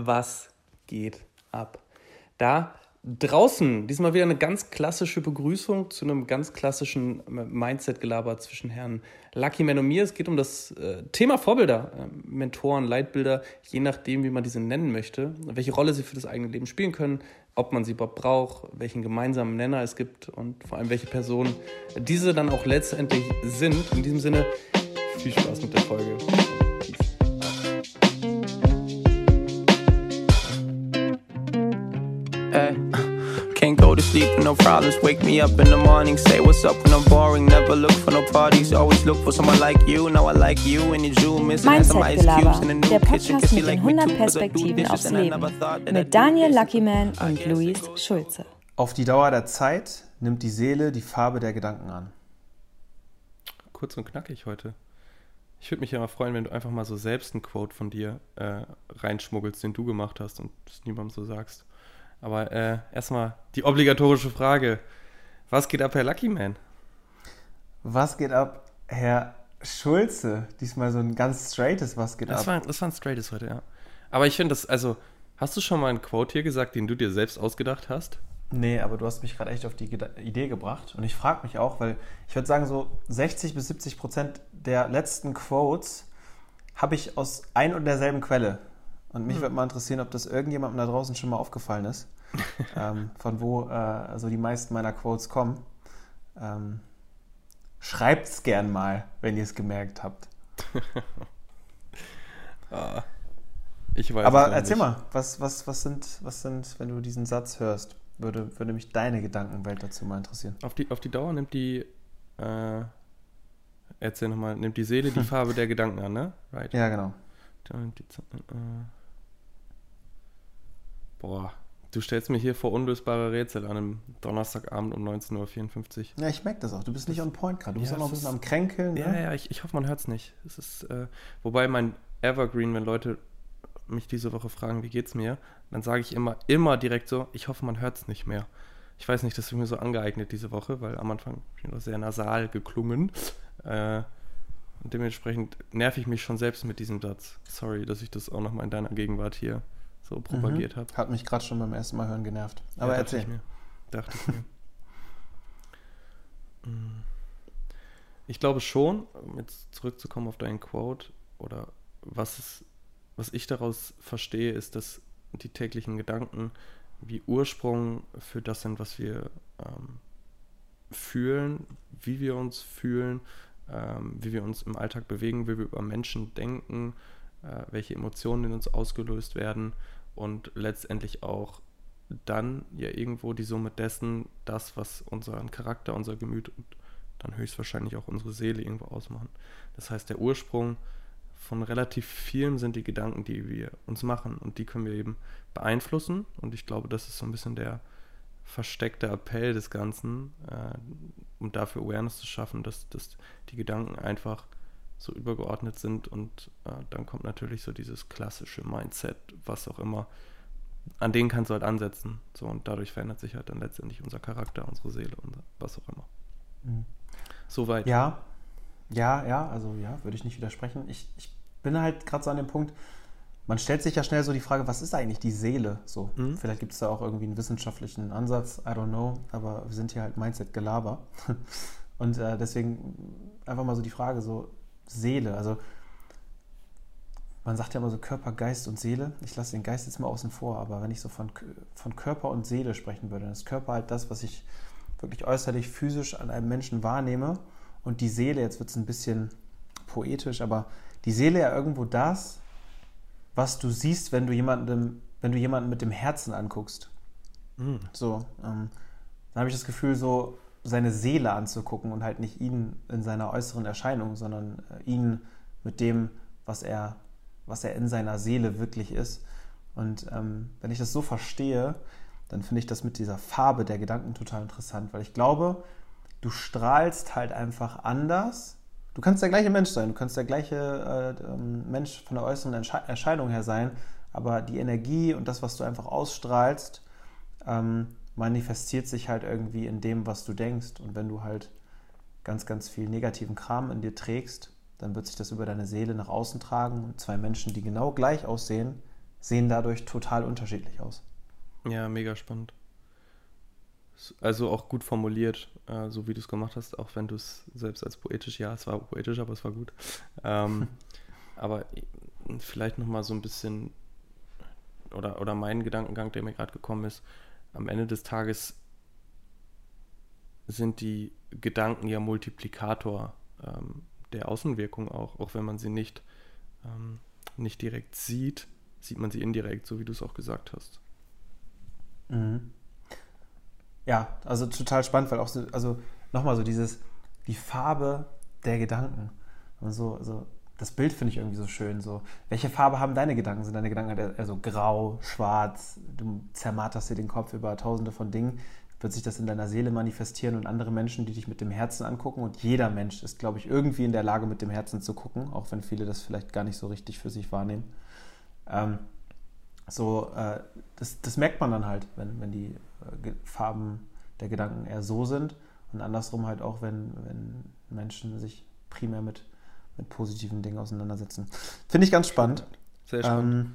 was geht ab? Da draußen, diesmal wieder eine ganz klassische Begrüßung zu einem ganz klassischen Mindset-Gelaber zwischen Herrn Lucky Man und mir. Es geht um das Thema Vorbilder, Mentoren, Leitbilder, je nachdem, wie man diese nennen möchte, welche Rolle sie für das eigene Leben spielen können, ob man sie überhaupt braucht, welchen gemeinsamen Nenner es gibt und vor allem, welche Personen diese dann auch letztendlich sind. In diesem Sinne, viel Spaß mit der Folge. Can't go to sleep with no problems. Wake me up in the morning, say what's up when I'm boring. Never look for no parties, always look for someone like you. Now I like you and your jewel missing and some ice cubes in a new kitchen. Podcast mit den 100 Perspektiven aufs Leben mit Daniel Lucky Man und Luis Schulze. Auf die Dauer der Zeit nimmt die Seele die Farbe der Gedanken an. Kurz und knackig heute. Ich würde mich ja mal freuen, wenn du einfach mal so selbst einen Quote von dir reinschmuggelst, den du gemacht hast und es niemandem so sagst. Aber erstmal die obligatorische Frage. Was geht ab, Herr Lucky Man? Was geht ab, Herr Schulze? Diesmal so ein ganz straightes Was geht ab. Das war ein straightes heute, ja. Aber ich finde das, also, hast du schon mal einen Quote hier gesagt, den du dir selbst ausgedacht hast? Nee, aber du hast mich gerade echt auf die Idee gebracht. Und ich frage mich auch, weil ich würde sagen, so 60-70% der letzten Quotes habe ich aus ein und derselben Quelle. Und mich würde mal interessieren, ob das irgendjemandem da draußen schon mal aufgefallen ist, von wo so die meisten meiner Quotes kommen. Schreibt's gern mal, wenn ihr es gemerkt habt. Ich weiß. Aber erzähl mal, was sind, wenn du diesen Satz hörst, würde mich deine Gedankenwelt dazu mal interessieren. Auf die Dauer nimmt die, erzähl nochmal, nimmt die Seele die Farbe der Gedanken an, ne? Right. Ja, genau. Boah, du stellst mir hier vor unlösbare Rätsel an einem Donnerstagabend um 19.54 Uhr. Ja, ich merke das auch. Du bist nicht on point gerade. Du bist auch noch ein bisschen am Kränkeln. Ne? Ja, ich hoffe, man hört es nicht. Es ist, wobei mein Evergreen, wenn Leute mich diese Woche fragen, wie geht's mir, dann sage ich immer direkt so, ich hoffe, man hört es nicht mehr. Ich weiß nicht, das ist mir so angeeignet diese Woche, weil am Anfang bin ich noch sehr nasal geklungen. Und dementsprechend nerv ich mich schon selbst mit diesem Satz. Sorry, dass ich das auch nochmal in deiner Gegenwart hier so propagiert habe. Hat mich gerade schon beim ersten Mal hören genervt. Aber ja, erzähl. Dachte ich mir. Ich glaube schon, um jetzt zurückzukommen auf deinen Quote, oder was ich daraus verstehe, ist, dass die täglichen Gedanken wie Ursprung für das sind, was wir fühlen, wie wir uns fühlen, wie wir uns im Alltag bewegen, wie wir über Menschen denken, welche Emotionen in uns ausgelöst werden und letztendlich auch dann ja irgendwo die Summe dessen, das, was unseren Charakter, unser Gemüt und dann höchstwahrscheinlich auch unsere Seele irgendwo ausmachen. Das heißt, der Ursprung von relativ vielen sind die Gedanken, die wir uns machen und die können wir eben beeinflussen und ich glaube, das ist so ein bisschen der versteckte Appell des Ganzen, um dafür Awareness zu schaffen, dass die Gedanken einfach so übergeordnet sind und dann kommt natürlich so dieses klassische Mindset, was auch immer, an denen kannst du halt ansetzen. So, und dadurch verändert sich halt dann letztendlich unser Charakter, unsere Seele und was auch immer. Mhm. Soweit. Ja, also würde ich nicht widersprechen. Ich bin halt gerade so an dem Punkt, man stellt sich ja schnell so die Frage, was ist eigentlich die Seele? So, vielleicht gibt es da auch irgendwie einen wissenschaftlichen Ansatz, I don't know, aber wir sind hier halt Mindset-Gelaber. Und deswegen einfach mal so die Frage, so Seele, also man sagt ja immer so Körper, Geist und Seele. Ich lasse den Geist jetzt mal außen vor, aber wenn ich so von Körper und Seele sprechen würde, dann ist Körper halt das, was ich wirklich äußerlich physisch an einem Menschen wahrnehme und die Seele, jetzt wird es ein bisschen poetisch, aber die Seele ja irgendwo das, was du siehst, wenn du jemanden mit dem Herzen anguckst. So, dann habe ich das Gefühl, so seine Seele anzugucken und halt nicht ihn in seiner äußeren Erscheinung, sondern ihn mit dem, was er in seiner Seele wirklich ist. Und wenn ich das so verstehe, dann finde ich das mit dieser Farbe der Gedanken total interessant, weil ich glaube, du strahlst halt einfach anders. Du kannst der gleiche Mensch sein, du kannst der gleiche Mensch von der äußeren Erscheinung her sein, aber die Energie und das, was du einfach ausstrahlst, manifestiert sich halt irgendwie in dem, was du denkst. Und wenn du halt ganz, ganz viel negativen Kram in dir trägst, dann wird sich das über deine Seele nach außen tragen. Und zwei Menschen, die genau gleich aussehen, sehen dadurch total unterschiedlich aus. Ja, mega spannend. Also auch gut formuliert, so wie du es gemacht hast, auch wenn du es selbst als poetisch, ja, es war poetisch, aber es war gut. Aber vielleicht nochmal so ein bisschen, oder mein Gedankengang, der mir gerade gekommen ist, am Ende des Tages sind die Gedanken ja Multiplikator der Außenwirkung auch wenn man sie nicht direkt sieht man sie indirekt, so wie du es auch gesagt hast. Mhm. Ja, also total spannend, weil auch so, also nochmal so die Farbe der Gedanken. Also das Bild finde ich irgendwie so schön. So, welche Farbe haben deine Gedanken? Sind deine Gedanken halt eher so grau, schwarz? Du zermarterst dir den Kopf über tausende von Dingen. Wird sich das in deiner Seele manifestieren und andere Menschen, die dich mit dem Herzen angucken? Und jeder Mensch ist, glaube ich, irgendwie in der Lage, mit dem Herzen zu gucken, auch wenn viele das vielleicht gar nicht so richtig für sich wahrnehmen. Das merkt man dann halt, wenn die Farben der Gedanken eher so sind und andersrum halt auch, wenn Menschen sich primär mit positiven Dingen auseinandersetzen. Finde ich ganz spannend. Sehr spannend.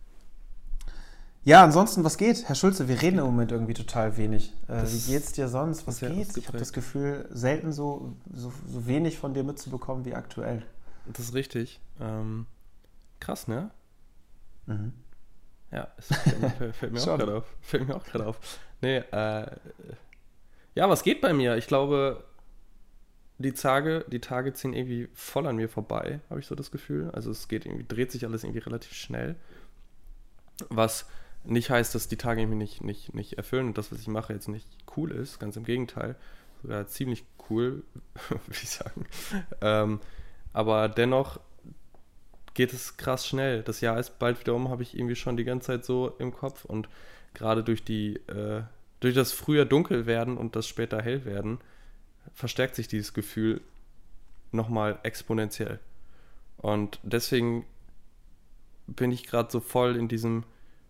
Ja, ansonsten, was geht? Herr Schulze, wir reden im Moment irgendwie total wenig. Wie geht's dir sonst? Was geht? Ich habe das Gefühl, selten so wenig von dir mitzubekommen wie aktuell. Das ist richtig. Krass, ne? Mhm. Ja, es fällt mir auch gerade auf. Nee, ja, was geht bei mir? Ich glaube, die Tage ziehen irgendwie voll an mir vorbei, habe ich so das Gefühl. Also es dreht sich alles irgendwie relativ schnell. Was nicht heißt, dass die Tage irgendwie nicht erfüllen und das, was ich mache, jetzt nicht cool ist. Ganz im Gegenteil. Sogar ziemlich cool, würde ich sagen. Aber dennoch geht es krass schnell. Das Jahr ist bald wieder habe ich irgendwie schon die ganze Zeit so im Kopf. Und gerade durch das früher dunkel werden und das später hell werden, verstärkt sich dieses Gefühl nochmal exponentiell. Und deswegen bin ich gerade so voll in diesem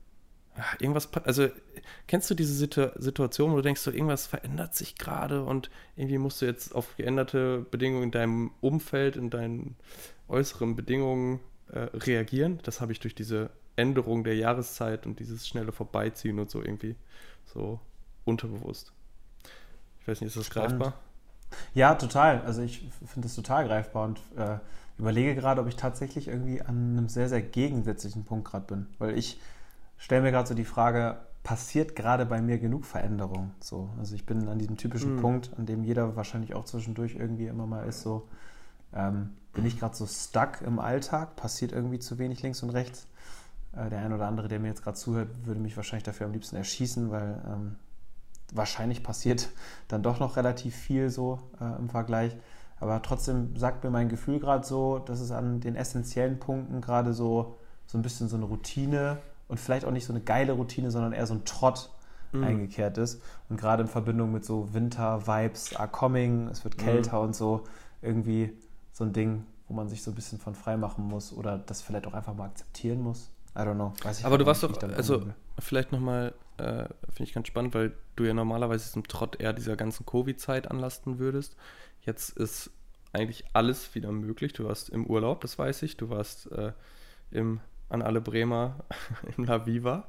kennst du diese Situation, wo du denkst, so irgendwas verändert sich gerade und irgendwie musst du jetzt auf geänderte Bedingungen in deinem Umfeld, in deinen äußeren Bedingungen reagieren? Das habe ich durch diese Änderung der Jahreszeit und dieses schnelle Vorbeiziehen und so irgendwie so unterbewusst. Ich weiß nicht, ist das greifbar? Ja, total. Also ich finde das total greifbar und überlege gerade, ob ich tatsächlich irgendwie an einem sehr, sehr gegensätzlichen Punkt gerade bin. Weil ich stelle mir gerade so die Frage, passiert gerade bei mir genug Veränderung? So, also ich bin an diesem typischen Punkt, an dem jeder wahrscheinlich auch zwischendurch irgendwie immer mal ist, so bin ich gerade so stuck im Alltag, passiert irgendwie zu wenig links und rechts. Der ein oder andere, der mir jetzt gerade zuhört, würde mich wahrscheinlich dafür am liebsten erschießen, weil wahrscheinlich passiert dann doch noch relativ viel so im Vergleich. Aber trotzdem sagt mir mein Gefühl gerade so, dass es an den essentiellen Punkten gerade so ein bisschen so eine Routine und vielleicht auch nicht so eine geile Routine, sondern eher so ein Trott eingekehrt ist. Und gerade in Verbindung mit so Winter-Vibes are coming, es wird kälter und so, irgendwie so ein Ding, wo man sich so ein bisschen von frei machen muss oder das vielleicht auch einfach mal akzeptieren muss. I don't know. Weiß ich aber du warst nicht, doch, also vielleicht nochmal, finde ich ganz spannend, weil du ja normalerweise diesem Trott eher dieser ganzen Covid-Zeit anlasten würdest. Jetzt ist eigentlich alles wieder möglich. Du warst im Urlaub, das weiß ich. Du warst an alle Bremer im La Viva.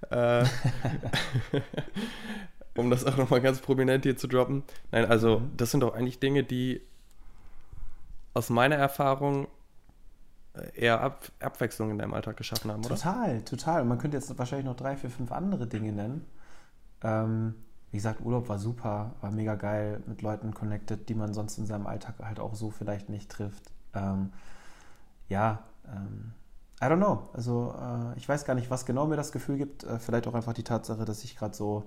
Um das auch nochmal ganz prominent hier zu droppen. Nein, also das sind doch eigentlich Dinge, die aus meiner Erfahrung eher Abwechslung in deinem Alltag geschaffen haben, oder? Total. Und man könnte jetzt wahrscheinlich noch 3, 4, 5 andere Dinge nennen. Wie gesagt, Urlaub war super, war mega geil, mit Leuten connected, die man sonst in seinem Alltag halt auch so vielleicht nicht trifft. I don't know. Also ich weiß gar nicht, was genau mir das Gefühl gibt. Vielleicht auch einfach die Tatsache, dass ich gerade so,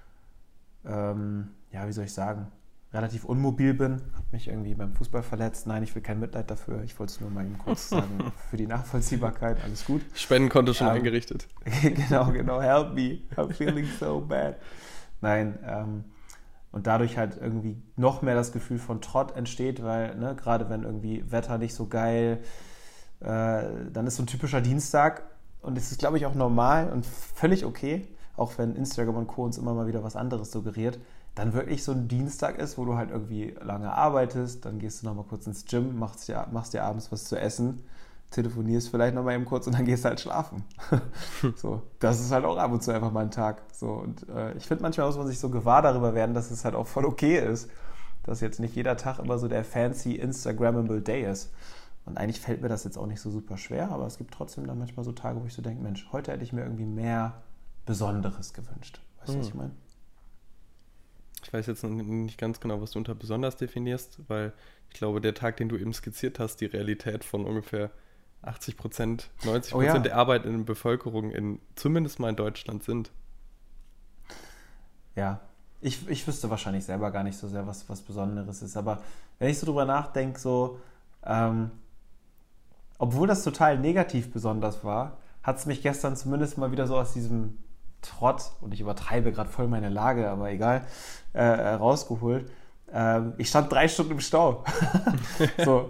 wie soll ich sagen, relativ unmobil bin. Habe mich irgendwie beim Fußball verletzt. Nein, ich will kein Mitleid dafür. Ich wollte es nur mal eben kurz sagen, für die Nachvollziehbarkeit, alles gut. Spendenkonto schon eingerichtet. Genau. Help me. I'm feeling so bad. Nein, und dadurch halt irgendwie noch mehr das Gefühl von Trott entsteht, weil gerade wenn irgendwie Wetter nicht so geil, dann ist so ein typischer Dienstag und es ist, glaube ich, auch normal und völlig okay, auch wenn Instagram und Co. uns immer mal wieder was anderes suggeriert, dann wirklich so ein Dienstag ist, wo du halt irgendwie lange arbeitest, dann gehst du nochmal kurz ins Gym, machst dir abends was zu essen, telefonierst vielleicht noch mal eben kurz und dann gehst du halt schlafen. So, das ist halt auch ab und zu einfach mal ein Tag. So, und ich finde, manchmal muss man sich so gewahr darüber werden, dass es halt auch voll okay ist, dass jetzt nicht jeder Tag immer so der fancy Instagrammable Day ist. Und eigentlich fällt mir das jetzt auch nicht so super schwer, aber es gibt trotzdem dann manchmal so Tage, wo ich so denke, Mensch, heute hätte ich mir irgendwie mehr Besonderes gewünscht. Weißt du, was ich meine? Ich weiß jetzt nicht ganz genau, was du unter besonders definierst, weil ich glaube, der Tag, den du eben skizziert hast, die Realität von ungefähr 80%, 90% der Arbeit in der Bevölkerung zumindest mal in Deutschland sind. Ja, ich wüsste wahrscheinlich selber gar nicht so sehr, was Besonderes ist, aber wenn ich so drüber nachdenke, so, obwohl das total negativ besonders war, hat es mich gestern zumindest mal wieder so aus diesem Trott, und ich übertreibe gerade voll meine Lage, aber egal, rausgeholt. Ich stand 3 Stunden im Stau. So.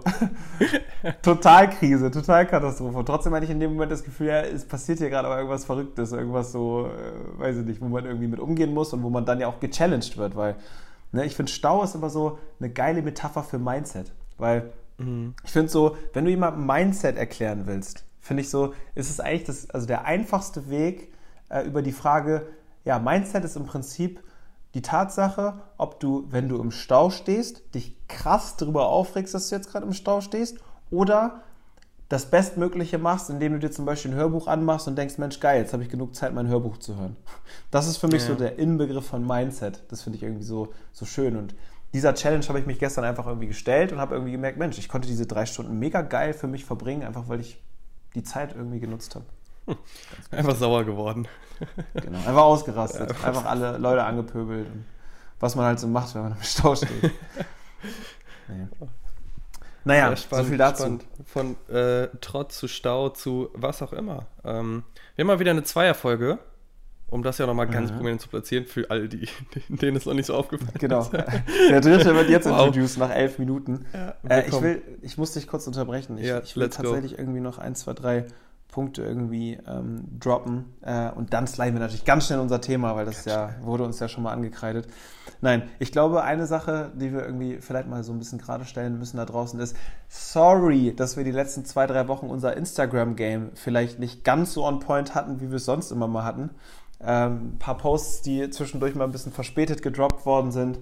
Totalkrise, Totalkatastrophe. Und trotzdem hatte ich in dem Moment das Gefühl, ja, es passiert hier gerade aber irgendwas Verrücktes, irgendwas so, weiß ich nicht, wo man irgendwie mit umgehen muss und wo man dann ja auch gechallenged wird, weil, ne, ich finde, Stau ist immer so eine geile Metapher für Mindset, weil ich finde so, wenn du jemandem Mindset erklären willst, finde ich so, ist es eigentlich der einfachste Weg über die Frage, ja, Mindset ist im Prinzip die Tatsache, ob du, wenn du im Stau stehst, dich krass darüber aufregst, dass du jetzt gerade im Stau stehst, oder das Bestmögliche machst, indem du dir zum Beispiel ein Hörbuch anmachst und denkst, Mensch, geil, jetzt habe ich genug Zeit, mein Hörbuch zu hören. Das ist für mich so der Inbegriff von Mindset. Das finde ich irgendwie so schön. Und dieser Challenge habe ich mich gestern einfach irgendwie gestellt und habe irgendwie gemerkt, Mensch, ich konnte diese 3 Stunden mega geil für mich verbringen, einfach weil ich die Zeit irgendwie genutzt habe. Einfach sauer geworden. Genau, einfach ausgerastet. Einfach alle Leute angepöbelt. Und was man halt so macht, wenn man im Stau steht. Nee. Naja, spannend, so viel dazu. Spannend. Von Trotz zu Stau zu was auch immer. Wir haben mal wieder eine Zweierfolge, um das ja nochmal ganz prominent zu platzieren für all die, denen es noch nicht so aufgefallen ist. Genau. Der dritte wird jetzt introduced nach 11 Minuten. Ja, ich muss dich kurz unterbrechen. Ich will tatsächlich irgendwie noch 1, 2, 3 Punkte irgendwie droppen und dann sliden wir natürlich ganz schnell unser Thema, weil das wurde uns ja schon mal angekreidet. Nein, ich glaube, eine Sache, die wir irgendwie vielleicht mal so ein bisschen gerade stellen müssen da draußen ist, sorry, dass wir die letzten 2, 3 Wochen unser Instagram-Game vielleicht nicht ganz so on point hatten, wie wir es sonst immer mal hatten. Ein paar Posts, die zwischendurch mal ein bisschen verspätet gedroppt worden sind.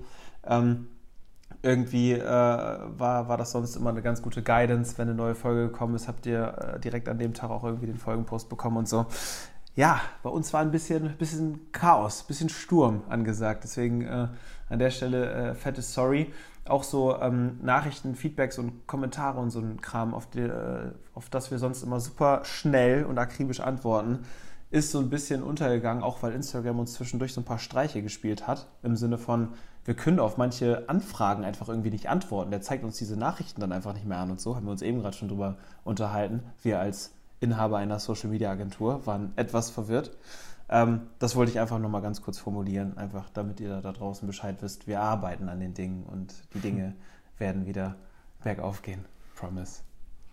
Irgendwie war das sonst immer eine ganz gute Guidance, wenn eine neue Folge gekommen ist, habt ihr direkt an dem Tag auch irgendwie den Folgenpost bekommen und so. Ja, bei uns war ein bisschen Chaos, ein bisschen Sturm angesagt. Deswegen an der Stelle fettes Sorry. Auch so Nachrichten, Feedbacks und Kommentare und so ein Kram, auf das wir sonst immer super schnell und akribisch antworten, ist so ein bisschen untergegangen, auch weil Instagram uns zwischendurch so ein paar Streiche gespielt hat, im Sinne von, wir können auf manche Anfragen einfach irgendwie nicht antworten. Der zeigt uns diese Nachrichten dann einfach nicht mehr an und so. Haben wir uns eben gerade schon drüber unterhalten. Wir als Inhaber einer Social-Media-Agentur waren etwas verwirrt. Das wollte ich einfach nochmal ganz kurz formulieren, einfach damit ihr da draußen Bescheid wisst. Wir arbeiten an den Dingen und die Dinge werden wieder bergauf gehen. Promise.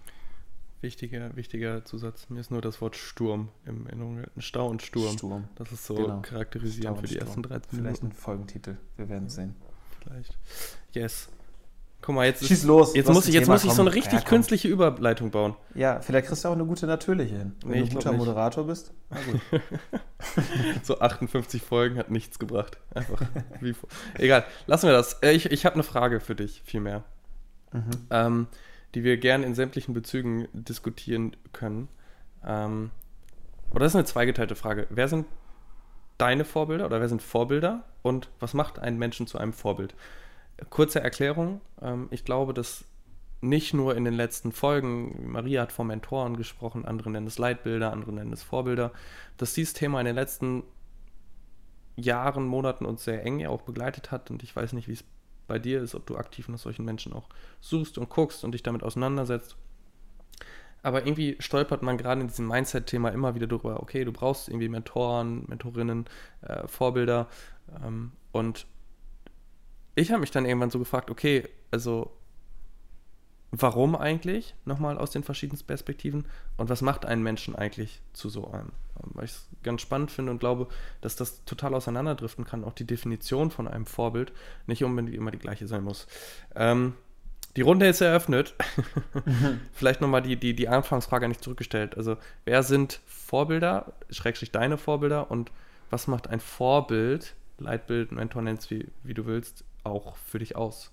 Wichtiger Zusatz. Mir ist nur das Wort Sturm im Erinnerung. Stau und Sturm. Das ist so charakterisierend für die ersten 13 Minuten. Vielleicht ein Folgentitel. Wir werden es sehen. Vielleicht. Yes. Guck mal, jetzt schieß los. Jetzt muss ich so eine richtig künstliche Überleitung bauen. Ja, vielleicht kriegst du auch eine gute natürliche hin. Wenn du ein guter Moderator bist. Na gut. So 58 Folgen hat nichts gebracht. Einfach. Egal, lassen wir das. Ich habe eine Frage für dich, vielmehr. Die wir gerne in sämtlichen Bezügen diskutieren können. Oder das ist eine zweigeteilte Frage. Wer sind deine Vorbilder oder wer sind Vorbilder und was macht einen Menschen zu einem Vorbild? Kurze Erklärung. Ich glaube, dass nicht nur in den letzten Folgen, Maria hat von Mentoren gesprochen, andere nennen es Leitbilder, andere nennen es Vorbilder, dass dieses Thema in den letzten Jahren, Monaten uns sehr eng ja auch begleitet hat und ich weiß nicht, wie es bei dir ist, ob du aktiv nach solchen Menschen auch suchst und guckst und dich damit auseinandersetzt. Aber irgendwie stolpert man gerade in diesem Mindset-Thema immer wieder darüber, okay, du brauchst irgendwie Mentoren, Mentorinnen, Vorbilder. Und ich habe mich dann irgendwann so gefragt, okay, also warum eigentlich? Nochmal aus den verschiedenen Perspektiven. Und was macht einen Menschen eigentlich zu so einem? Weil ich es ganz spannend finde und glaube, dass das total auseinanderdriften kann. Auch die Definition von einem Vorbild nicht unbedingt immer die gleiche sein muss. Die Runde ist eröffnet. Vielleicht nochmal die Anfangsfrage nicht zurückgestellt. Also, wer sind Vorbilder, / deine Vorbilder und was macht ein Vorbild, Leitbild, Mentor nennst, wie du willst, auch für dich aus?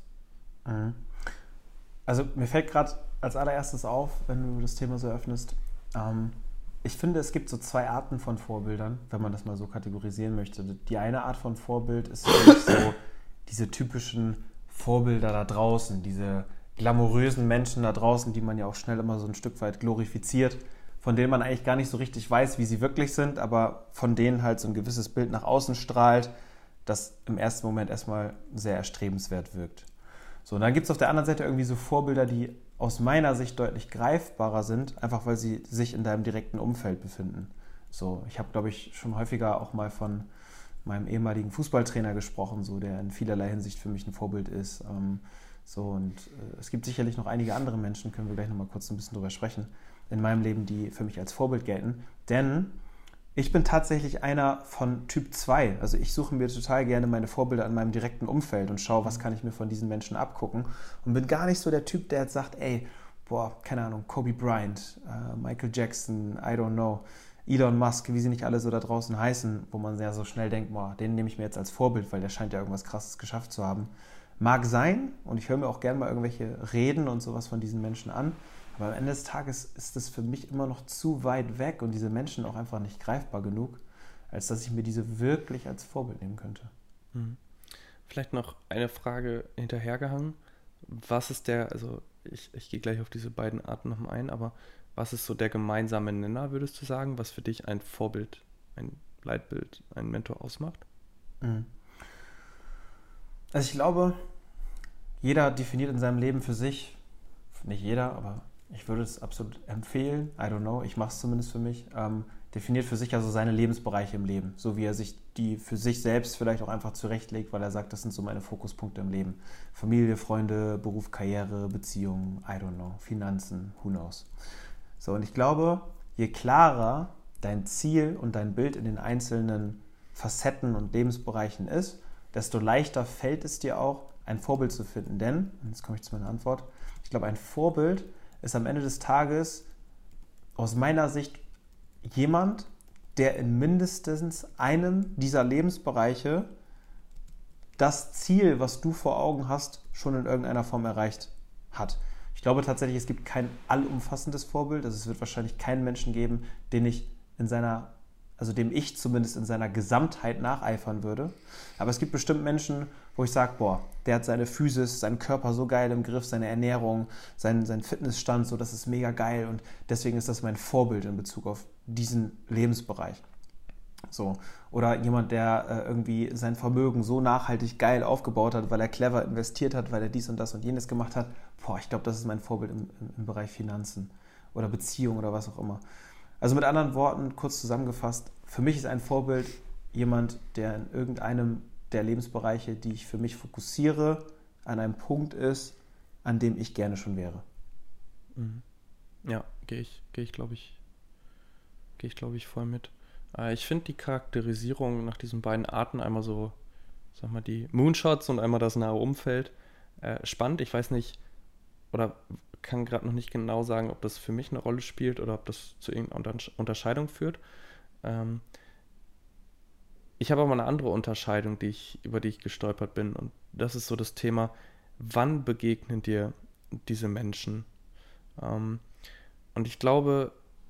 Also, mir fällt gerade als allererstes auf, wenn du das Thema so eröffnest, ich finde, es gibt so 2 Arten von Vorbildern, wenn man das mal so kategorisieren möchte. Die eine Art von Vorbild ist so diese typischen Vorbilder da draußen, diese glamourösen Menschen da draußen, die man ja auch schnell immer so ein Stück weit glorifiziert, von denen man eigentlich gar nicht so richtig weiß, wie sie wirklich sind, aber von denen halt so ein gewisses Bild nach außen strahlt, das im ersten Moment erstmal sehr erstrebenswert wirkt. So, und dann gibt es auf der anderen Seite irgendwie so Vorbilder, die aus meiner Sicht deutlich greifbarer sind, einfach weil sie sich in deinem direkten Umfeld befinden. So, ich habe, glaube ich, schon häufiger auch mal von meinem ehemaligen Fußballtrainer gesprochen, so, der in vielerlei Hinsicht für mich ein Vorbild ist. Es gibt sicherlich noch einige andere Menschen, können wir gleich nochmal kurz ein bisschen drüber sprechen, in meinem Leben, die für mich als Vorbild gelten. Denn ich bin tatsächlich einer von Typ 2. Also ich suche mir total gerne meine Vorbilder in meinem direkten Umfeld und schaue, was kann ich mir von diesen Menschen abgucken. Und bin gar nicht so der Typ, der jetzt sagt, keine Ahnung, Kobe Bryant, Michael Jackson, I don't know, Elon Musk, wie sie nicht alle so da draußen heißen, wo man sehr so schnell denkt, den nehme ich mir jetzt als Vorbild, weil der scheint ja irgendwas Krasses geschafft zu haben. Mag sein, und ich höre mir auch gerne mal irgendwelche Reden und sowas von diesen Menschen an, aber am Ende des Tages ist das für mich immer noch zu weit weg und diese Menschen auch einfach nicht greifbar genug, als dass ich mir diese wirklich als Vorbild nehmen könnte. Vielleicht noch eine Frage hinterhergehangen. Was ist ich gehe gleich auf diese beiden Arten nochmal ein, aber was ist so der gemeinsame Nenner, würdest du sagen, was für dich ein Vorbild, ein Leitbild, ein Mentor ausmacht? Also ich glaube, jeder definiert in seinem Leben für sich, nicht jeder, aber ich würde es absolut empfehlen, I don't know, ich mache es zumindest für mich, definiert für sich also seine Lebensbereiche im Leben, so wie er sich die für sich selbst vielleicht auch einfach zurechtlegt, weil er sagt, das sind so meine Fokuspunkte im Leben. Familie, Freunde, Beruf, Karriere, Beziehungen, I don't know, Finanzen, who knows. So, und ich glaube, je klarer dein Ziel und dein Bild in den einzelnen Facetten und Lebensbereichen ist, desto leichter fällt es dir auch, ein Vorbild zu finden. Denn, und jetzt komme ich zu meiner Antwort, ich glaube, ein Vorbild ist am Ende des Tages aus meiner Sicht jemand, der in mindestens einem dieser Lebensbereiche das Ziel, was du vor Augen hast, schon in irgendeiner Form erreicht hat. Ich glaube tatsächlich, es gibt kein allumfassendes Vorbild. Also es wird wahrscheinlich keinen Menschen geben, dem ich zumindest in seiner Gesamtheit nacheifern würde. Aber es gibt bestimmt Menschen, wo ich sage, der hat seine Physis, seinen Körper so geil im Griff, seine Ernährung, seinen Fitnessstand, so, das ist mega geil und deswegen ist das mein Vorbild in Bezug auf diesen Lebensbereich. So. Oder jemand, der irgendwie sein Vermögen so nachhaltig geil aufgebaut hat, weil er clever investiert hat, weil er dies und das und jenes gemacht hat. Ich glaube, das ist mein Vorbild im Bereich Finanzen oder Beziehung oder was auch immer. Also mit anderen Worten, kurz zusammengefasst, für mich ist ein Vorbild jemand, der in irgendeinem der Lebensbereiche, die ich für mich fokussiere, an einem Punkt ist, an dem ich gerne schon wäre. Ja, gehe ich glaube ich voll mit. Ich finde die Charakterisierung nach diesen beiden Arten, einmal so, sag mal, die Moonshots und einmal das nahe Umfeld, spannend. Ich weiß nicht, oder kann gerade noch nicht genau sagen, ob das für mich eine Rolle spielt oder ob das zu irgendeiner Unterscheidung führt. Ich habe aber eine andere Unterscheidung, über die ich gestolpert bin, und das ist so das Thema, wann begegnen dir diese Menschen? Und ich glaube,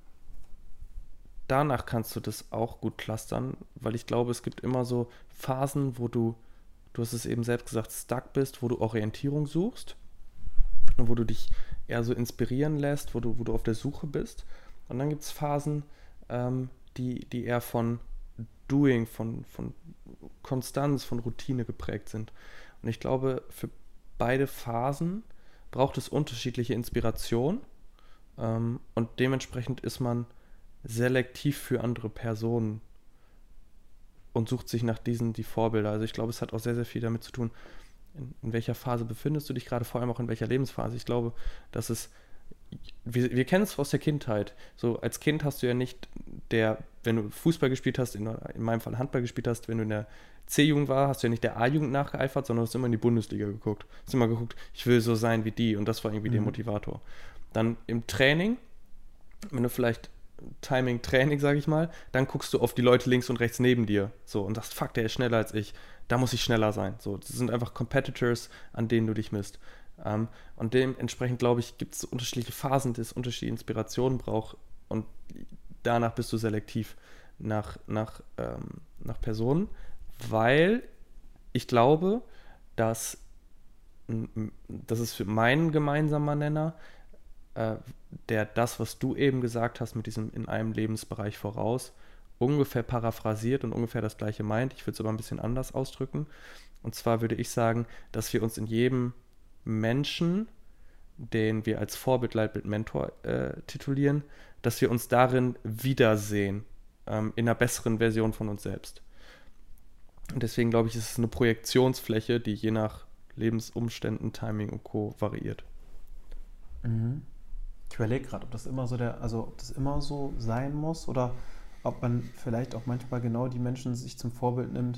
danach kannst du das auch gut clustern, weil ich glaube, es gibt immer so Phasen, wo du hast es eben selbst gesagt, stuck bist, wo du Orientierung suchst und wo du dich eher so inspirieren lässt, wo du auf der Suche bist. Und dann gibt es Phasen, die eher von Doing, von Konstanz, von Routine geprägt sind. Und ich glaube, für beide Phasen braucht es unterschiedliche Inspiration, und dementsprechend ist man selektiv für andere Personen und sucht sich nach diesen die Vorbilder. Also ich glaube, es hat auch sehr, sehr viel damit zu tun, in welcher Phase befindest du dich gerade, vor allem auch in welcher Lebensphase. Ich glaube, wir kennen es aus der Kindheit. So als Kind hast du ja nicht der wenn du Fußball gespielt hast, in meinem Fall Handball gespielt hast, wenn du in der C-Jugend warst, hast du ja nicht der A-Jugend nachgeeifert, sondern hast immer in die Bundesliga geguckt. Hast immer geguckt, ich will so sein wie die und das war irgendwie der Motivator. Dann im Training, wenn du vielleicht Timing-Training, sage ich mal, dann guckst du auf die Leute links und rechts neben dir so und sagst, fuck, der ist schneller als ich, da muss ich schneller sein. So, das sind einfach Competitors, an denen du dich misst. Und dementsprechend, glaube ich, gibt es unterschiedliche Phasen, die es unterschiedliche Inspirationen braucht und danach bist du selektiv nach Personen, weil ich glaube, dass das ist für meinen gemeinsamer Nenner, der das, was du eben gesagt hast mit diesem in einem Lebensbereich voraus, ungefähr paraphrasiert und ungefähr das Gleiche meint. Ich würde es aber ein bisschen anders ausdrücken. Und zwar würde ich sagen, dass wir uns in jedem Menschen, den wir als Vorbild, Leitbild, Mentor titulieren, dass wir uns darin wiedersehen, in einer besseren Version von uns selbst. Und deswegen glaube ich, ist es eine Projektionsfläche, die je nach Lebensumständen, Timing und Co. variiert. Ich überlege gerade, ob das immer so sein muss oder ob man vielleicht auch manchmal genau die Menschen sich zum Vorbild nimmt,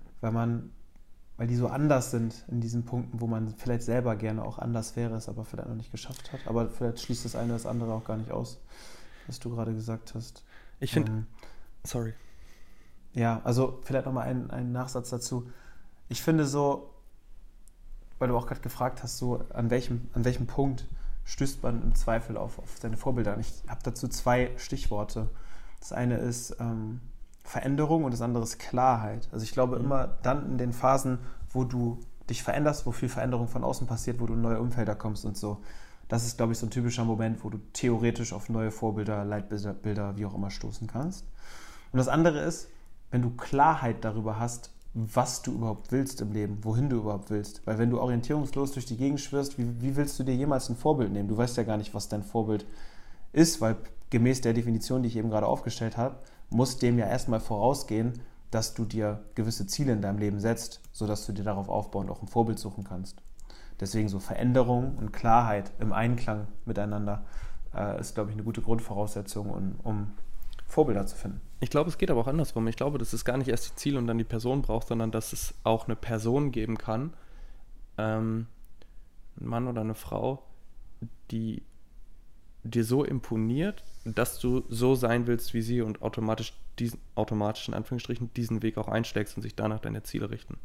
weil die so anders sind in diesen Punkten, wo man vielleicht selber gerne auch anders wäre, es aber vielleicht noch nicht geschafft hat. Aber vielleicht schließt das eine das andere auch gar nicht aus, was du gerade gesagt hast. Ich finde, sorry. Ja, also vielleicht nochmal einen Nachsatz dazu. Ich finde so, weil du auch gerade gefragt hast, so an welchem Punkt stößt man im Zweifel auf seine Vorbilder. Und ich habe dazu 2 Stichworte. Das eine ist Veränderung und das andere ist Klarheit. Also ich glaube immer dann in den Phasen, wo du dich veränderst, wo viel Veränderung von außen passiert, wo du in neue Umfelder kommst und so. Das ist, glaube ich, so ein typischer Moment, wo du theoretisch auf neue Vorbilder, Leitbilder, wie auch immer stoßen kannst. Und das andere ist, wenn du Klarheit darüber hast, was du überhaupt willst im Leben, wohin du überhaupt willst. Weil wenn du orientierungslos durch die Gegend schwirrst, wie willst du dir jemals ein Vorbild nehmen? Du weißt ja gar nicht, was dein Vorbild ist, weil gemäß der Definition, die ich eben gerade aufgestellt habe, muss dem ja erstmal vorausgehen, dass du dir gewisse Ziele in deinem Leben setzt, sodass du dir darauf aufbauend auch ein Vorbild suchen kannst. Deswegen so Veränderung und Klarheit im Einklang miteinander ist, glaube ich, eine gute Grundvoraussetzung, um Vorbilder zu finden. Ich glaube, es geht aber auch andersrum. Ich glaube, dass es gar nicht erst die Ziele und dann die Person braucht, sondern dass es auch eine Person geben kann, ein Mann oder eine Frau, die dir so imponiert, dass du so sein willst wie sie und automatisch in Anführungsstrichen diesen Weg auch einschlägst und sich danach deine Ziele richten.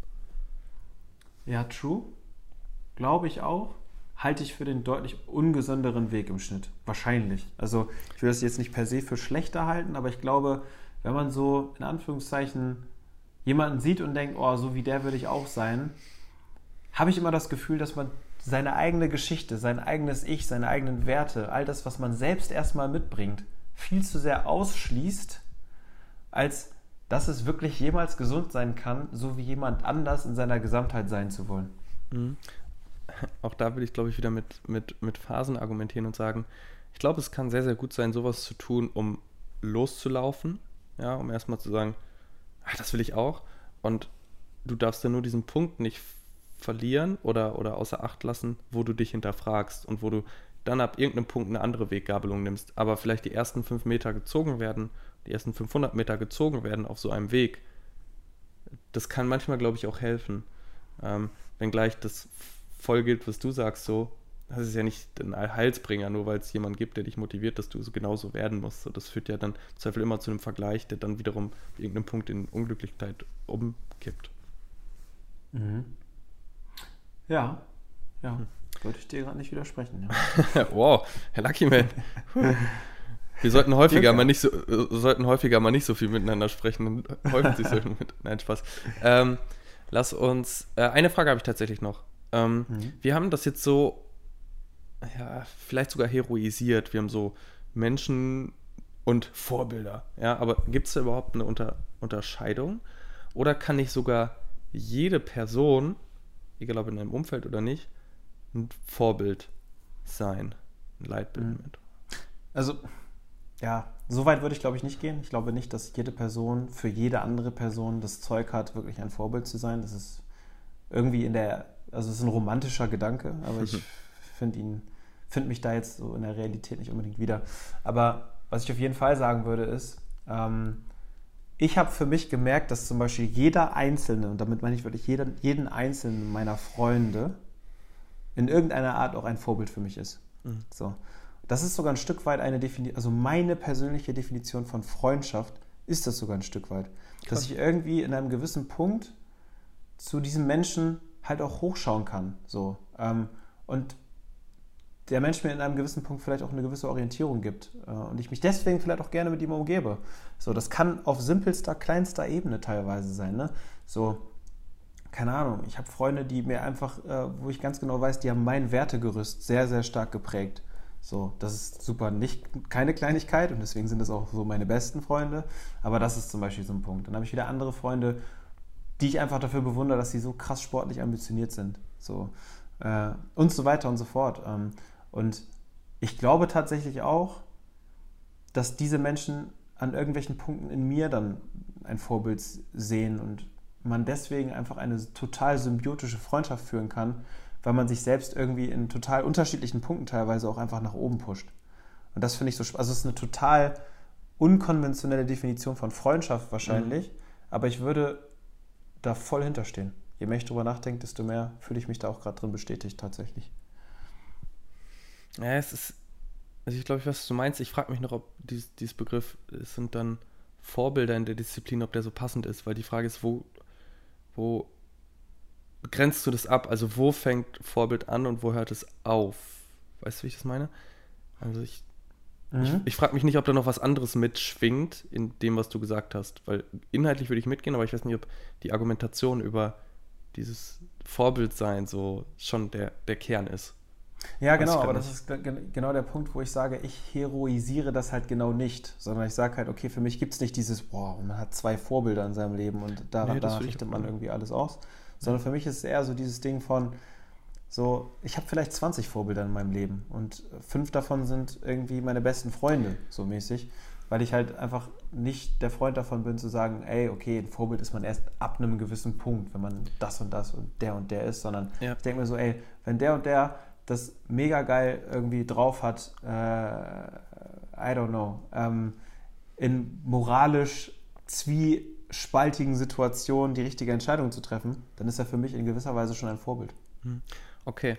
Ja, true. Glaube ich auch. Halte ich für den deutlich ungesünderen Weg im Schnitt. Wahrscheinlich. Also ich will das jetzt nicht per se für schlechter halten, aber ich glaube, wenn man so in Anführungszeichen jemanden sieht und denkt, oh, so wie der würde ich auch sein, habe ich immer das Gefühl, dass man seine eigene Geschichte, sein eigenes Ich, seine eigenen Werte, all das, was man selbst erstmal mitbringt, viel zu sehr ausschließt, als dass es wirklich jemals gesund sein kann, so wie jemand anders in seiner Gesamtheit sein zu wollen. Auch da will ich, glaube ich, wieder mit Phasen argumentieren und sagen, ich glaube, es kann sehr, sehr gut sein, sowas zu tun, um loszulaufen, ja, um erstmal zu sagen, das will ich auch, und du darfst dann nur diesen Punkt nicht verlieren oder außer Acht lassen, wo du dich hinterfragst und wo du dann ab irgendeinem Punkt eine andere Weggabelung nimmst, aber vielleicht die ersten 5 Meter gezogen werden, die ersten 500 Meter gezogen werden auf so einem Weg. Das kann manchmal, glaube ich, auch helfen. Wenngleich das voll gilt, was du sagst, so, das ist ja nicht ein Heilsbringer, nur weil es jemanden gibt, der dich motiviert, dass du so genauso werden musst. So, das führt ja dann im Zweifel immer zu einem Vergleich, der dann wiederum irgendeinen Punkt in Unglücklichkeit umkippt. Ja. Wollte ich dir gerade nicht widersprechen. Ja. Wow, Herr Lucky Man. Wir sollten häufiger mal nicht so viel miteinander sprechen und häufen sich so mit. Nein, Spaß. Lass uns, eine Frage habe ich tatsächlich noch. Wir haben das jetzt so, ja, vielleicht sogar heroisiert. Wir haben so Menschen und Vorbilder. Ja, aber gibt es da überhaupt eine Unterscheidung? Oder kann nicht sogar jede Person, egal ob in einem Umfeld oder nicht, ein Vorbild sein? Ein Leitbild. Also, ja, so weit würde ich, glaube ich, nicht gehen. Ich glaube nicht, dass jede Person für jede andere Person das Zeug hat, wirklich ein Vorbild zu sein. Das ist irgendwie es ist ein romantischer Gedanke, aber ich finde mich da jetzt so in der Realität nicht unbedingt wieder. Aber was ich auf jeden Fall sagen würde ist, Ich habe für mich gemerkt, dass zum Beispiel jeder Einzelne, und damit meine ich wirklich jeden Einzelnen meiner Freunde, in irgendeiner Art auch ein Vorbild für mich ist. So. Das ist sogar ein Stück weit eine Definition, also meine persönliche Definition von Freundschaft ist das sogar ein Stück weit. Dass ich irgendwie in einem gewissen Punkt zu diesem Menschen halt auch hochschauen kann. So. Und der Mensch mir in einem gewissen Punkt vielleicht auch eine gewisse Orientierung gibt. Und ich mich deswegen vielleicht auch gerne mit ihm umgebe. So, das kann auf simpelster, kleinster Ebene teilweise sein. Ne? So, keine Ahnung, ich habe Freunde, die mir einfach, wo ich ganz genau weiß, die haben mein Wertegerüst sehr, sehr stark geprägt. So, das ist super, keine Kleinigkeit und deswegen sind das auch so meine besten Freunde. Aber das ist zum Beispiel so ein Punkt. Dann habe ich wieder andere Freunde, die ich einfach dafür bewundere, dass sie so krass sportlich ambitioniert sind. So, und so weiter und so fort. Und ich glaube tatsächlich auch, dass diese Menschen an irgendwelchen Punkten in mir dann ein Vorbild sehen und man deswegen einfach eine total symbiotische Freundschaft führen kann, weil man sich selbst irgendwie in total unterschiedlichen Punkten teilweise auch einfach nach oben pusht. Und das finde ich so spannend. Also es ist eine total unkonventionelle Definition von Freundschaft wahrscheinlich, aber ich würde da voll hinterstehen. Je mehr ich drüber nachdenke, desto mehr fühle ich mich da auch gerade drin bestätigt tatsächlich. Ja, es ist, also ich glaube, ich weiß, was du meinst. Ich frage mich noch, ob dieses Begriff, es sind dann Vorbilder in der Disziplin, ob der so passend ist, weil die Frage ist, wo grenzt du das ab? Also wo fängt Vorbild an und wo hört es auf? Weißt du, wie ich das meine? Also ich frage mich nicht, ob da noch was anderes mitschwingt in dem, was du gesagt hast, weil inhaltlich würde ich mitgehen, aber ich weiß nicht, ob die Argumentation über dieses Vorbildsein so schon der Kern ist. Ja, genau, aber das ist genau der Punkt, wo ich sage, ich heroisiere das halt genau nicht, sondern ich sage halt, okay, für mich gibt es nicht dieses, man hat 2 Vorbilder in seinem Leben und danach richtet man irgendwie alles aus, sondern für mich ist es eher so dieses Ding von, so, ich habe vielleicht 20 Vorbilder in meinem Leben und 5 davon sind irgendwie meine besten Freunde, so mäßig, weil ich halt einfach nicht der Freund davon bin, zu sagen, ey, okay, ein Vorbild ist man erst ab einem gewissen Punkt, wenn man das und der ist, sondern ich denke mir so, ey, wenn der und der das mega geil irgendwie drauf hat, I don't know, in moralisch zwiespaltigen Situationen die richtige Entscheidung zu treffen, dann ist er für mich in gewisser Weise schon ein Vorbild. Okay.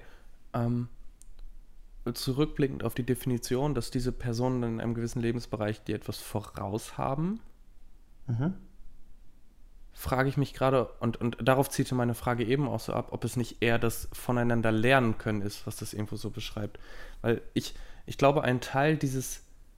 Zurückblickend auf die Definition, dass diese Personen in einem gewissen Lebensbereich dir etwas voraus haben, frage ich mich gerade, und darauf zielte meine Frage eben auch so ab, ob es nicht eher das Voneinander lernen können ist, was das irgendwo so beschreibt. Weil ich glaube, ein Teil dieses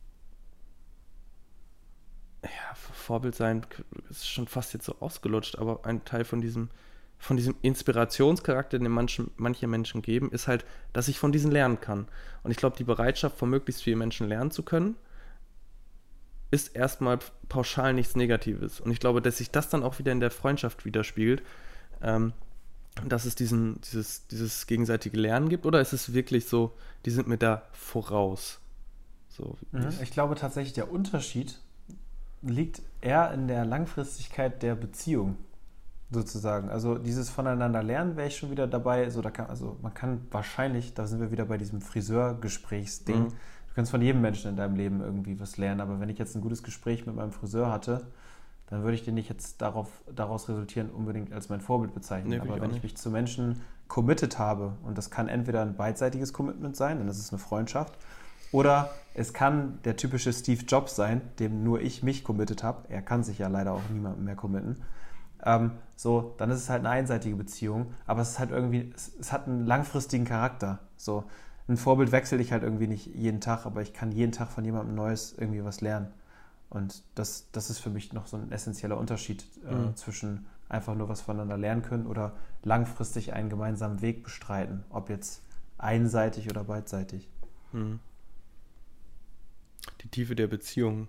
Vorbildsein ist schon fast jetzt so ausgelutscht, aber ein Teil von diesem Inspirationscharakter, den manche Menschen geben, ist halt, dass ich von diesen lernen kann. Und ich glaube, die Bereitschaft, von möglichst vielen Menschen lernen zu können, ist erstmal pauschal nichts Negatives. Und ich glaube, dass sich das dann auch wieder in der Freundschaft widerspiegelt, dass es dieses gegenseitige Lernen gibt, oder ist es wirklich so, die sind mir da voraus? So, ich glaube tatsächlich, der Unterschied liegt eher in der Langfristigkeit der Beziehung, sozusagen. Also dieses Voneinander lernen wäre ich schon wieder dabei. Man kann wahrscheinlich, da sind wir wieder bei diesem Friseurgesprächsding, du kannst von jedem Menschen in deinem Leben irgendwie was lernen, aber wenn ich jetzt ein gutes Gespräch mit meinem Friseur hatte, dann würde ich den nicht jetzt daraus resultieren unbedingt als mein Vorbild bezeichnen. Nee, aber wenn ich mich zu Menschen committed habe, und das kann entweder ein beidseitiges Commitment sein, dann ist es eine Freundschaft, oder es kann der typische Steve Jobs sein, dem nur ich mich committed habe, er kann sich ja leider auch niemandem mehr committen, dann ist es halt eine einseitige Beziehung, aber es ist halt irgendwie, es hat einen langfristigen Charakter, so. Ein Vorbild wechsle ich halt irgendwie nicht jeden Tag, aber ich kann jeden Tag von jemandem Neues irgendwie was lernen. Und das ist für mich noch so ein essentieller Unterschied zwischen einfach nur was voneinander lernen können oder langfristig einen gemeinsamen Weg bestreiten, ob jetzt einseitig oder beidseitig. Die Tiefe der Beziehung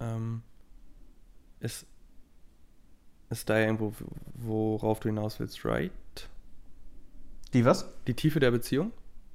ist da irgendwo, worauf du hinaus willst, right? Die was? Die Tiefe der Beziehung?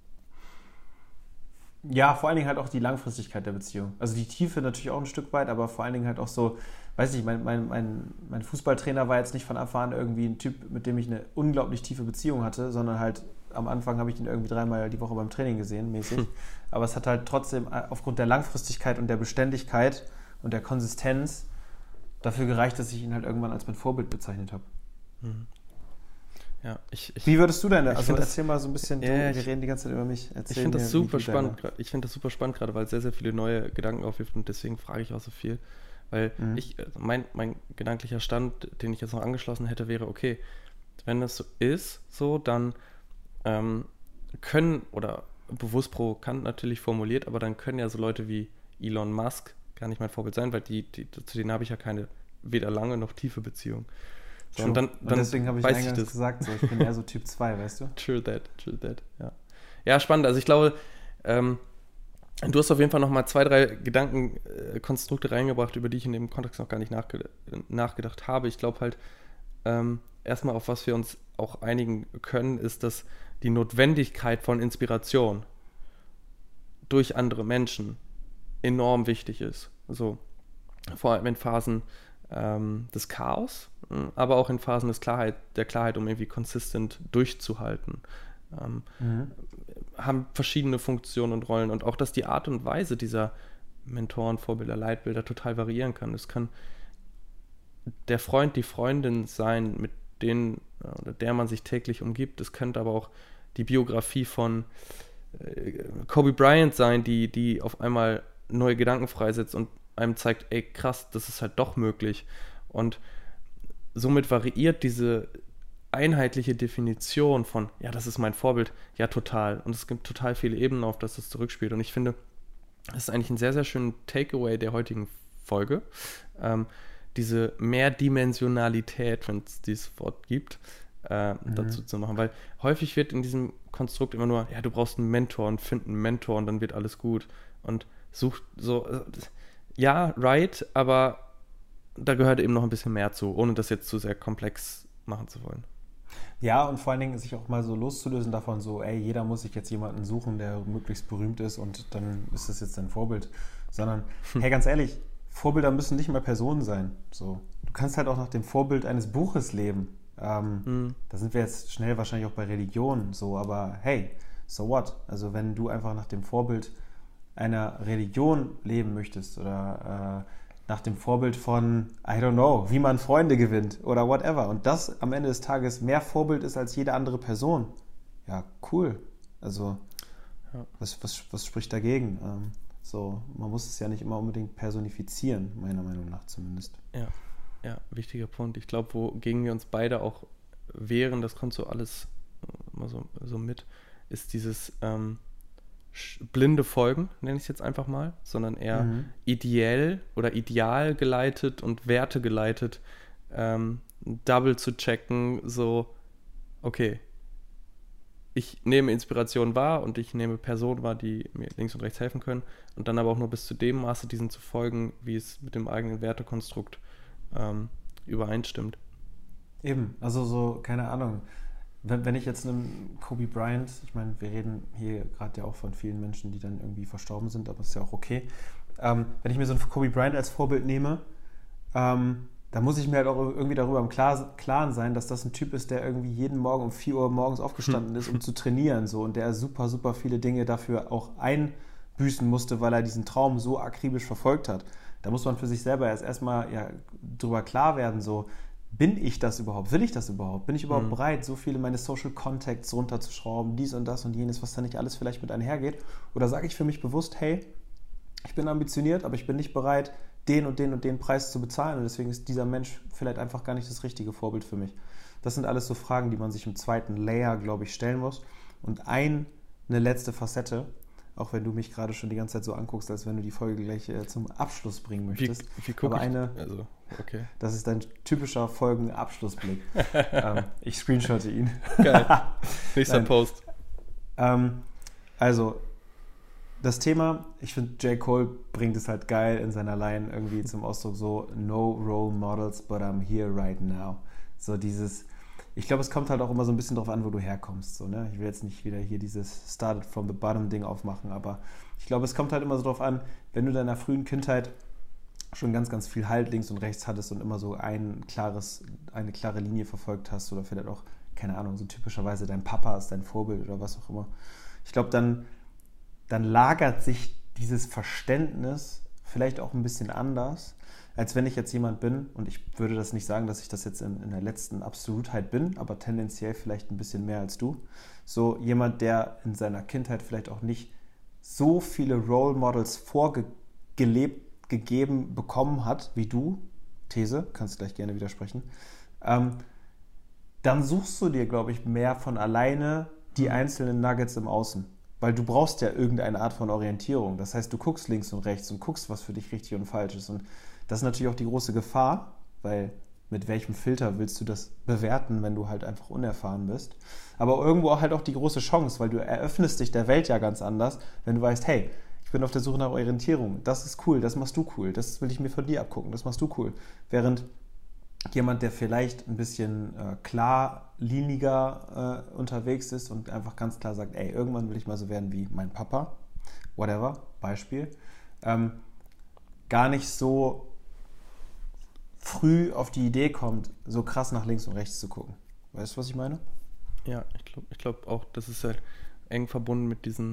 Ja, vor allen Dingen halt auch die Langfristigkeit der Beziehung. Also die Tiefe natürlich auch ein Stück weit, aber vor allen Dingen halt auch so, weiß nicht, mein Fußballtrainer war jetzt nicht von Anfang an irgendwie ein Typ, mit dem ich eine unglaublich tiefe Beziehung hatte, sondern halt am Anfang habe ich ihn irgendwie 3-mal die Woche beim Training gesehen, mäßig. Aber es hat halt trotzdem aufgrund der Langfristigkeit und der Beständigkeit und der Konsistenz dafür gereicht, dass ich ihn halt irgendwann als mein Vorbild bezeichnet habe. Mhm. Ja, Wie würdest du denn? Also erzähl mal so ein bisschen, wir reden die ganze Zeit über mich. Ich finde das super spannend gerade, weil es sehr, sehr viele neue Gedanken aufwirft und deswegen frage ich auch so viel. Weil mein gedanklicher Stand, den ich jetzt noch angeschlossen hätte, wäre, okay, wenn das so ist, dann können, oder bewusst provokant natürlich formuliert, aber dann können ja so Leute wie Elon Musk gar nicht mein Vorbild sein, weil zu denen habe ich ja keine weder lange noch tiefe Beziehung. So, und deswegen habe ich eingangs gesagt, so, ich bin eher so Typ 2, weißt du? True that, ja. Ja, spannend. Also ich glaube, du hast auf jeden Fall nochmal 2, 3 Gedankenkonstrukte reingebracht, über die ich in dem Kontext noch gar nicht nachgedacht habe. Ich glaube halt, erstmal auf was wir uns auch einigen können, ist, dass die Notwendigkeit von Inspiration durch andere Menschen enorm wichtig ist. So, vor allem in Phasen des Chaos, aber auch in Phasen der Klarheit, um irgendwie konsistent durchzuhalten. Haben verschiedene Funktionen und Rollen und auch, dass die Art und Weise dieser Mentoren, Vorbilder, Leitbilder total variieren kann. Es kann der Freund, die Freundin sein, mit denen oder der man sich täglich umgibt. Es könnte aber auch die Biografie von Kobe Bryant sein, die auf einmal neue Gedanken freisetzt und einem zeigt, ey krass, das ist halt doch möglich. Und somit variiert diese einheitliche Definition von, ja, das ist mein Vorbild, ja, total. Und es gibt total viele Ebenen, auf das zurückspielt. Und ich finde, das ist eigentlich ein sehr, sehr schöner Takeaway der heutigen Folge. Diese Mehrdimensionalität, wenn es dieses Wort gibt, dazu zu machen. Weil häufig wird in diesem Konstrukt immer nur, ja, du brauchst einen Mentor und find einen Mentor und dann wird alles gut. Und sucht so, ja, right, aber da gehört eben noch ein bisschen mehr zu, ohne das jetzt zu sehr komplex machen zu wollen. Ja, und vor allen Dingen sich auch mal so loszulösen davon, so, ey, jeder muss sich jetzt jemanden suchen, der möglichst berühmt ist und dann ist das jetzt dein Vorbild. Sondern, hey, ganz ehrlich, Vorbilder müssen nicht mal Personen sein. So. Du kannst halt auch nach dem Vorbild eines Buches leben. Da sind wir jetzt schnell wahrscheinlich auch bei Religion, so, aber hey, so what? Also wenn du einfach nach dem Vorbild einer Religion leben möchtest oder nach dem Vorbild von, I don't know, wie man Freunde gewinnt oder whatever und das am Ende des Tages mehr Vorbild ist als jede andere Person, ja, cool. Also, ja. Was spricht dagegen? So, man muss es ja nicht immer unbedingt personifizieren, meiner Meinung nach zumindest. Ja, wichtiger Punkt. Ich glaube, wogegen wir uns beide auch wehren, das kommt so alles mal so mit, ist dieses blinde Folgen, nenne ich es jetzt einfach mal, sondern eher ideell oder ideal geleitet und Werte geleitet, double zu checken, so, okay, ich nehme Inspiration wahr und ich nehme Personen wahr, die mir links und rechts helfen können und dann aber auch nur bis zu dem Maße diesen zu folgen, wie es mit dem eigenen Wertekonstrukt übereinstimmt. Eben, also so, keine Ahnung, wenn ich jetzt einen Kobe Bryant, ich meine, wir reden hier gerade ja auch von vielen Menschen, die dann irgendwie verstorben sind, aber ist ja auch okay. Wenn ich mir so einen Kobe Bryant als Vorbild nehme, da muss ich mir halt auch irgendwie darüber im Klaren sein, dass das ein Typ ist, der irgendwie jeden Morgen um 4 Uhr morgens aufgestanden ist, um zu trainieren, so, und der super, super viele Dinge dafür auch einbüßen musste, weil er diesen Traum so akribisch verfolgt hat. Da muss man für sich selber erstmal ja, drüber klar werden, so, bin ich das überhaupt? Will ich das überhaupt? Bin ich überhaupt bereit, so viele meine Social Contacts runterzuschrauben, dies und das und jenes, was da nicht alles vielleicht mit einhergeht? Oder sage ich für mich bewusst, hey, ich bin ambitioniert, aber ich bin nicht bereit, den und den und den Preis zu bezahlen und deswegen ist dieser Mensch vielleicht einfach gar nicht das richtige Vorbild für mich. Das sind alles so Fragen, die man sich im zweiten Layer, glaube ich, stellen muss. Und eine letzte Facette, auch wenn du mich gerade schon die ganze Zeit so anguckst, als wenn du die Folge gleich zum Abschluss bringen möchtest. Wie guck aber ich? Also, okay. Das ist dein typischer Folgenabschlussblick. Ich screenshotte ihn. Geil. Nächster Post. Also, das Thema, ich finde, J. Cole bringt es halt geil in seiner Line irgendwie zum Ausdruck, so, no role models, but I'm here right now. So dieses, ich glaube, es kommt halt auch immer so ein bisschen drauf an, wo du herkommst. So, ne? Ich will jetzt nicht wieder hier dieses Started from the bottom Ding aufmachen, aber ich glaube, es kommt halt immer so drauf an, wenn du in deiner frühen Kindheit schon ganz, ganz viel Halt links und rechts hattest und immer so eine klare Linie verfolgt hast oder vielleicht auch, keine Ahnung, so typischerweise dein Papa ist dein Vorbild oder was auch immer. Ich glaube, dann lagert sich dieses Verständnis vielleicht auch ein bisschen anders, als wenn ich jetzt jemand bin, und ich würde das nicht sagen, dass ich das jetzt in der letzten Absolutheit bin, aber tendenziell vielleicht ein bisschen mehr als du. So jemand, der in seiner Kindheit vielleicht auch nicht so viele Role Models vorgelebt, gegeben, bekommen hat, wie du, These, kannst gleich gerne widersprechen, dann suchst du dir, glaube ich, mehr von alleine die einzelnen Nuggets im Außen. Weil du brauchst ja irgendeine Art von Orientierung. Das heißt, du guckst links und rechts und guckst, was für dich richtig und falsch ist. Und das ist natürlich auch die große Gefahr, weil mit welchem Filter willst du das bewerten, wenn du halt einfach unerfahren bist. Aber irgendwo halt auch die große Chance, weil du eröffnest dich der Welt ja ganz anders, wenn du weißt, hey, ich bin auf der Suche nach Orientierung. Das ist cool, das machst du cool. Das will ich mir von dir abgucken, das machst du cool. Während jemand, der vielleicht ein bisschen klarliniger unterwegs ist und einfach ganz klar sagt, ey, irgendwann will ich mal so werden wie mein Papa, whatever, Beispiel, gar nicht so früh auf die Idee kommt, so krass nach links und rechts zu gucken. Weißt du, was ich meine? Ja, ich glaube auch, das ist halt eng verbunden mit diesem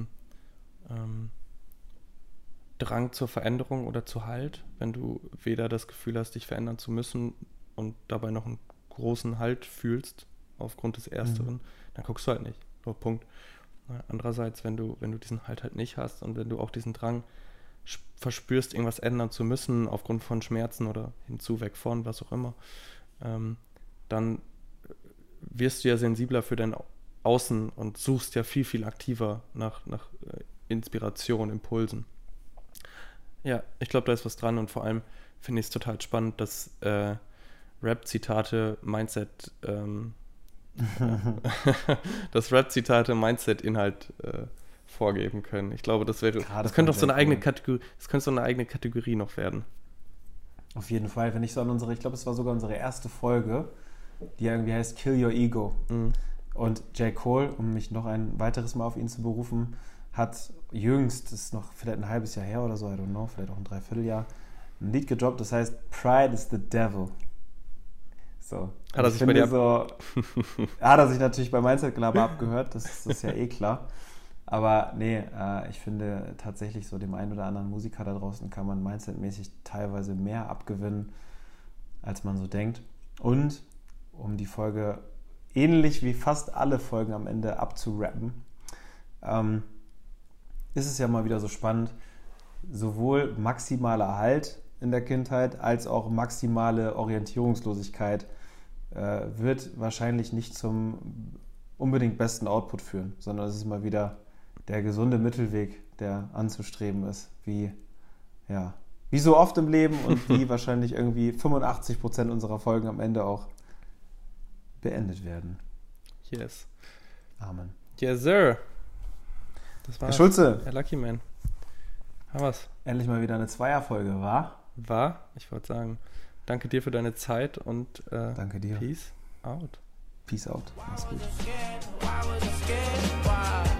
Drang zur Veränderung oder zu Halt, wenn du weder das Gefühl hast, dich verändern zu müssen und dabei noch einen großen Halt fühlst aufgrund des Ersteren, dann guckst du halt nicht. So, Punkt. Andererseits, wenn du diesen Halt nicht hast und wenn du auch diesen Drang verspürst, irgendwas ändern zu müssen aufgrund von Schmerzen oder hinzu, weg von, was auch immer, dann wirst du ja sensibler für dein Außen und suchst ja viel, viel aktiver nach Inspiration, Impulsen. Ja, ich glaube, da ist was dran und vor allem finde ich es total spannend, dass Rap-Zitate Mindset dass Rap-Zitate Mindset-Inhalt vorgeben können. Ich glaube, das könnte doch so eine eigene Kategorie, das könnte so eine eigene Kategorie noch werden. Auf jeden Fall, wenn ich so an ich glaube, es war sogar unsere erste Folge, die irgendwie heißt Kill Your Ego. Und J. Cole, um mich noch ein weiteres Mal auf ihn zu berufen, hat jüngst, das ist noch vielleicht ein halbes Jahr her oder so, I don't know, vielleicht auch ein Dreivierteljahr, ein Lied gedroppt, das heißt Pride is the Devil. So. Hat er sich bei dir hat er sich natürlich bei Mindset Gelaber abgehört, das ist ja eh klar. Aber nee, ich finde tatsächlich so dem einen oder anderen Musiker da draußen kann man mindsetmäßig teilweise mehr abgewinnen, als man so denkt. Und um die Folge ähnlich wie fast alle Folgen am Ende abzurappen, ist es ja mal wieder so spannend, sowohl maximaler Erhalt in der Kindheit als auch maximale Orientierungslosigkeit wird wahrscheinlich nicht zum unbedingt besten Output führen, sondern es ist mal wieder der gesunde Mittelweg, der anzustreben ist, wie so oft im Leben und wie wahrscheinlich irgendwie 85% unserer Folgen am Ende auch beendet werden. Yes. Amen. Yes, sir. Das war Herr Schulze. Herr Lucky Man. Haben wir's. Endlich mal wieder eine Zweierfolge, War? Ich wollte sagen, danke dir für deine Zeit und danke dir. Peace out. Peace out. Mach's gut.